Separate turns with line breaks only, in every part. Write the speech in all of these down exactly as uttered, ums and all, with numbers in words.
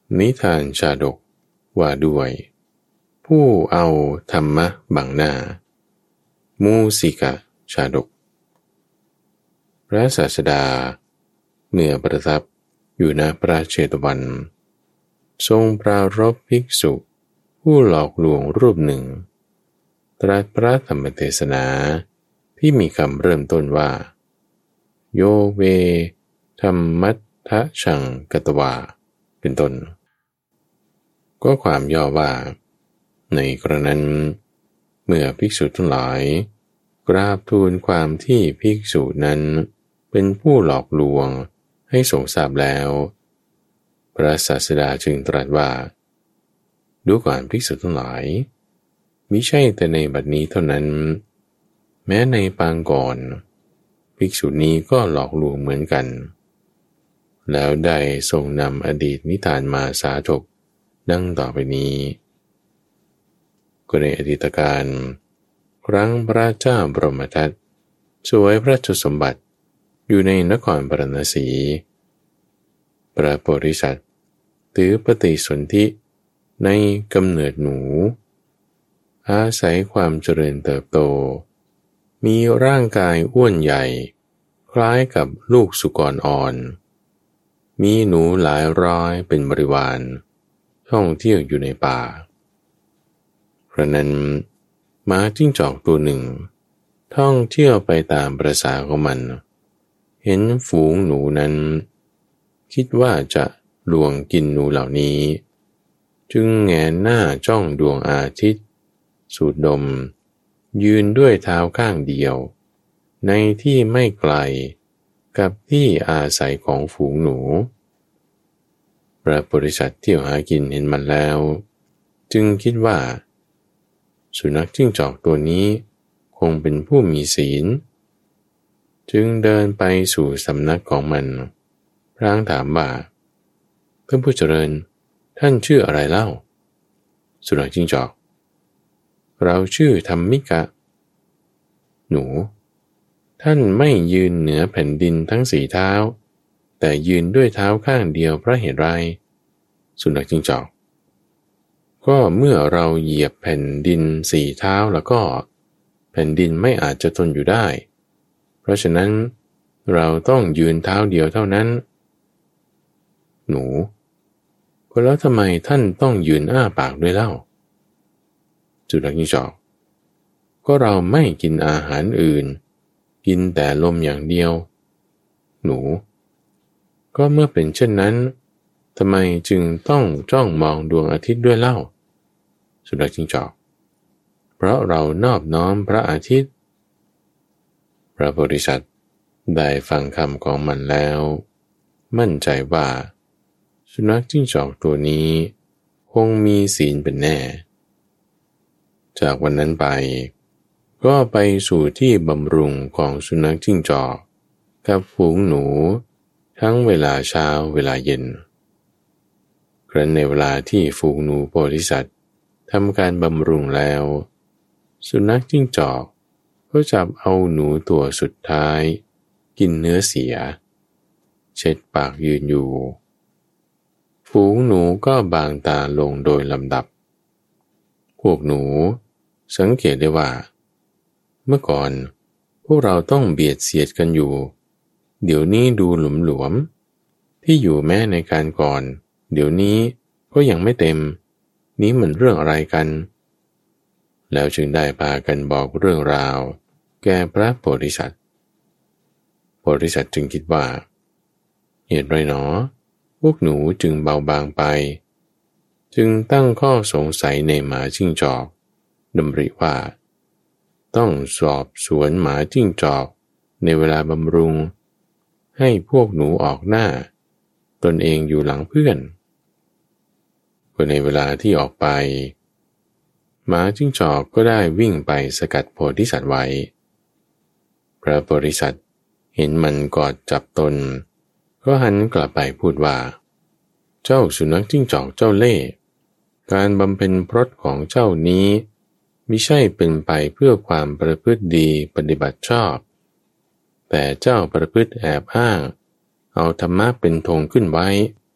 นิทานชาดกว่าด้วยผู้เอาธรรมะบังหน้ามูสิกชาดกพระศาสดาเมื่อประทับอยู่ณพระเชตวันทรงปรารภภิกษุผู้หลอกลวงรูปหนึ่งตรัสพระธรรมเทศนาที่มีคำเริ่มต้นว่าโยเวธรรมัตถะชังกตวาเป็นต้นก็ความย่อว่าในกรณนั้นเมื่อภิกษุทั้งหลายกราบทูลความที่ภิกษุนั้นเป็นผู้หลอกลวงให้ทรงทราบแล้วพระศาสดาจึงตรัสว่าดูก่อนภิกษุทั้งหลายมิใช่แต่ในบัดนี้เท่านั้นแม้ในปางก่อนภิกษุนี้ก็หลอกลวงเหมือนกันแล้วได้ทรงนำอดีตนิทานมาสาธกดังต่อไปนี้ก็ในอดีตการครั้งพระเจ้าบรมทัตสวยพระราชสมบัติอยู่ในนครปรณสีพระโพธิสัตว์ถือปฏิสนธิในกำเนิดหนูอาศัยความเจริญเติบโตมีร่างกายอ้วนใหญ่คล้ายกับลูกสุกรอ่อนมีหนูหลายร้อยเป็นบริวารท่องเที่ยวอยู่ในป่าเพราะนั้นม้าจิ้งจอกตัวหนึ่งท่องเที่ยวไปตามประสาของมันเห็นฝูงหนูนั้นคิดว่าจะลวงกินหนูเหล่านี้จึงแงนหน้าจ้องดวงอาทิตย์สูดดมยืนด้วยเท้าข้างเดียวในที่ไม่ไกลกับที่อาศัยของฝูงหนูพระโพธิสัตว์เที่ยวหากินเห็นมันแล้วจึงคิดว่าสุนัขจิ้งจอกตัวนี้คงเป็นผู้มีศีลจึงเดินไปสู่สำนักของมันพลางถามว่าเพื่อนผู้เจริญท่านชื่ออะไรเล่าสุนัขจิ้งจอกเราชื่อธรรมิกะหนูท่านไม่ยืนเหนือแผ่นดินทั้งสี่เท้าแต่ยืนด้วยเท้าข้างเดียวเพราะเหตุไรสุนัขจิ้งจอกก็เมื่อเราเหยียบแผ่นดินสี่เท้าแล้วก็แผ่นดินไม่อาจจะทนอยู่ได้เพราะฉะนั้นเราต้องยืนเท้าเดียวเท่านั้นหนูก็แล้วทำไมท่านต้องยืนอ้าปากด้วยเล่าสุนัขจิ้งจอกก็เราไม่กินอาหารอื่นกินแต่ลมอย่างเดียวหนูก็เมื่อเป็นเช่นนั้นทำไมจึงต้องจ้องมองดวงอาทิตย์ด้วยเล่าสุนัขจิ้งจอกเพราะเรานอบน้อมพระอาทิตย์พระโพธิสัตว์ได้ฟังคำของมันแล้วมั่นใจว่าสุนัขจิ้งจอกตัวนี้คงมีศีลเป็นแน่จากวันนั้นไปก็ไปสู่ที่บำรุงของสุนัขจิ้งจอกกับฝูงหนูทั้งเวลาเช้าเวลาเย็นครั้นในเวลาที่ฝูงหนูโพธิสัตว์ทำการบำรุงแล้วสุนัขจิ้งจอกก็จับเอาหนูตัวสุดท้ายกินเนื้อเสียเช็ดปากยืนอยู่ฝูงหนูก็บางตาลงโดยลำดับพวกหนูสังเกตได้ว่าเมื่อก่อนพวกเราต้องเบียดเสียดกันอยู่เดี๋ยวนี้ดูหลุมหลวมที่อยู่แม้ในการก่อนเดี๋ยวนี้ก็ยังไม่เต็มนี้มันเรื่องอะไรกันแล้วจึงได้พากันบอกเรื่องราวแก่พระโพธิสัตว์โพธิสัตว์จึงคิดว่าเหตุไรหนอพวกหนูจึงเบาบางไปจึงตั้งข้อสงสัยในหมาจิ้งจอกดำริว่าต้องสอบสวนหมาจิ้งจอกในเวลาบำรุงให้พวกหนูออกหน้าตนเองอยู่หลังเพื่อนก็ในเวลาที่ออกไปหมาจิ้งจอกก็ได้วิ่งไปสกัดโพธิสัตว์ไว้พระโพธิสัตว์เห็นมันกอดจับตนก็หันกลับไปพูดว่าเจ้าสุนัขจิ้งจอกเจ้าเล่ห์การบำเพ็ญพรตของเจ้านี้มิใช่เป็นไปเพื่อความประพฤติดีปฏิบัติชอบแต่เจ้าประพฤติแอบอ้างเอาธรรมะเป็นธงขึ้นไว้ เพื่อ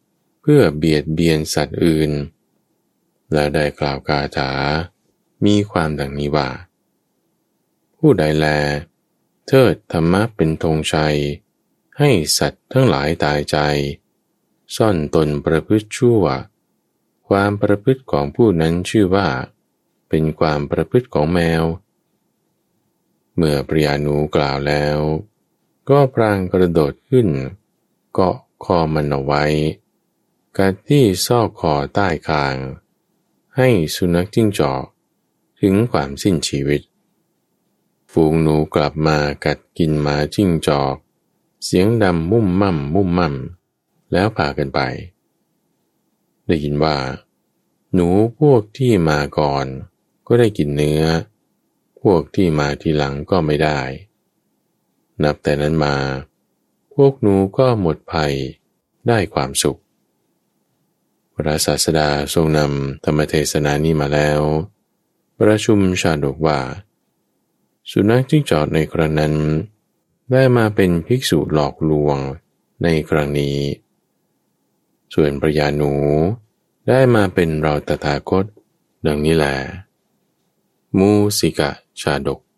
พื่อเบียดเบียนสัตว์อื่นและได้กล่าวคาถามีความดังนี้ว่าผู้ใดแลเทิดธรรมะเป็นธงชัยให้สัตว์ทั้งหลายตายใจซ่อนตนประพฤติชั่วความประพฤติของผู้นั้นชื่อว่าเป็นความประพฤติของแมวเมื่อพระยานูกล่าวแล้วก็พลางกระโดดขึ้นเกาะคอมันเอาไว้กัดที่ซอกคอใต้คางให้สุนัขจิ้งจอกถึงความสิ้นชีวิตฝูงหนูกลับมากัดกินหมาจิ้งจอกเสียงดำมุ่มมั่มมุ่มมั่มแล้วพากันไปได้ยินว่าหนูพวกที่มาก่อนก็ได้กินเนื้อพวกที่มาทีหลังก็ไม่ได้นับแต่นั้นมาพวกหนูก็หมดภัยได้ความสุขพระศาสดาทรงนำธรรมเทศนานี้มาแล้วประชุมชาดกว่าสุนัขจิ้งจอกในครั้งนั้นได้มาเป็นภิกษุหลอกลวงในครั้งนี้ส่วนพระยาหนูได้มาเป็นเราตถาคตดังนี้แลมูสิกชาดก